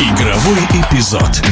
Игровой эпизод.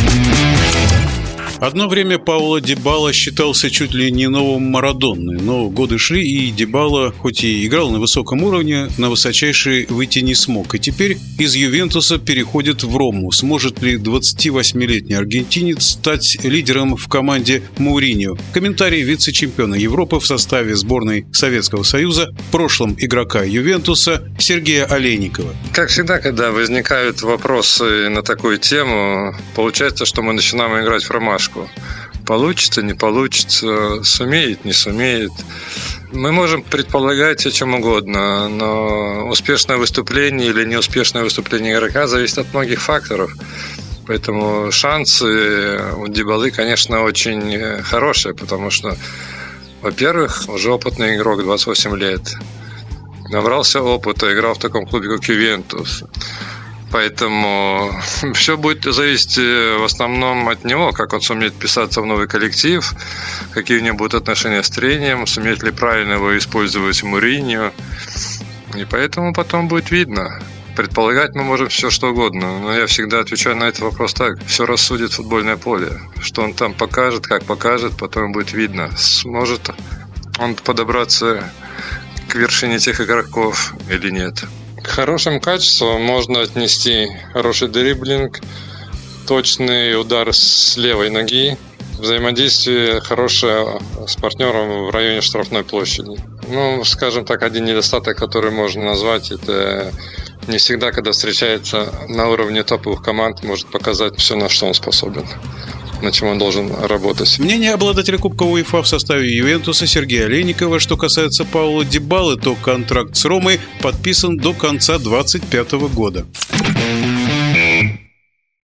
Одно время Пауло Дибала считался чуть ли не новым Марадонной, но годы шли, и Дибала, хоть и играл на высоком уровне, на высочайший выйти не смог. И теперь из Ювентуса переходит в Рому. Сможет ли 28-летний аргентинец стать лидером в команде Мауриньо? Комментарий вице-чемпиона Европы в составе сборной Советского Союза, в прошлом игрока Ювентуса Сергея Олейникова. Как всегда, когда возникают вопросы на такую тему, получается, что мы начинаем играть в ромашку. Получится, не получится, сумеет, не сумеет. Мы можем предполагать о чем угодно, но успешное выступление или неуспешное выступление игрока зависит от многих факторов. Поэтому шансы у Дибалы, конечно, очень хорошие, потому что, во-первых, уже опытный игрок, 28 лет. Набрался опыта, играл в таком клубе, как Ювентус. Поэтому все будет зависеть в основном от него, как он сумеет вписаться в новый коллектив, какие у него будут отношения с тренером, сумеет ли правильно его использовать Мауриньо. И поэтому потом будет видно. Предполагать мы можем все что угодно, но я всегда отвечаю на этот вопрос так: все рассудит футбольное поле. Что он там покажет, как покажет, потом будет видно. Сможет он подобраться к вершине тех игроков или нет. К хорошим качествам можно отнести хороший дриблинг, точный удар с левой ноги, взаимодействие хорошее с партнером в районе штрафной площади. Скажем так, один недостаток, который можно назвать, это не всегда, когда встречается на уровне топовых команд, может показать все, на что он способен, на чем он должен работать. Мнение обладателя Кубка УЕФА в составе Ювентуса Сергея Олейникова. Что касается Пауло Дибалы, то контракт с Ромой подписан до конца 2025 года.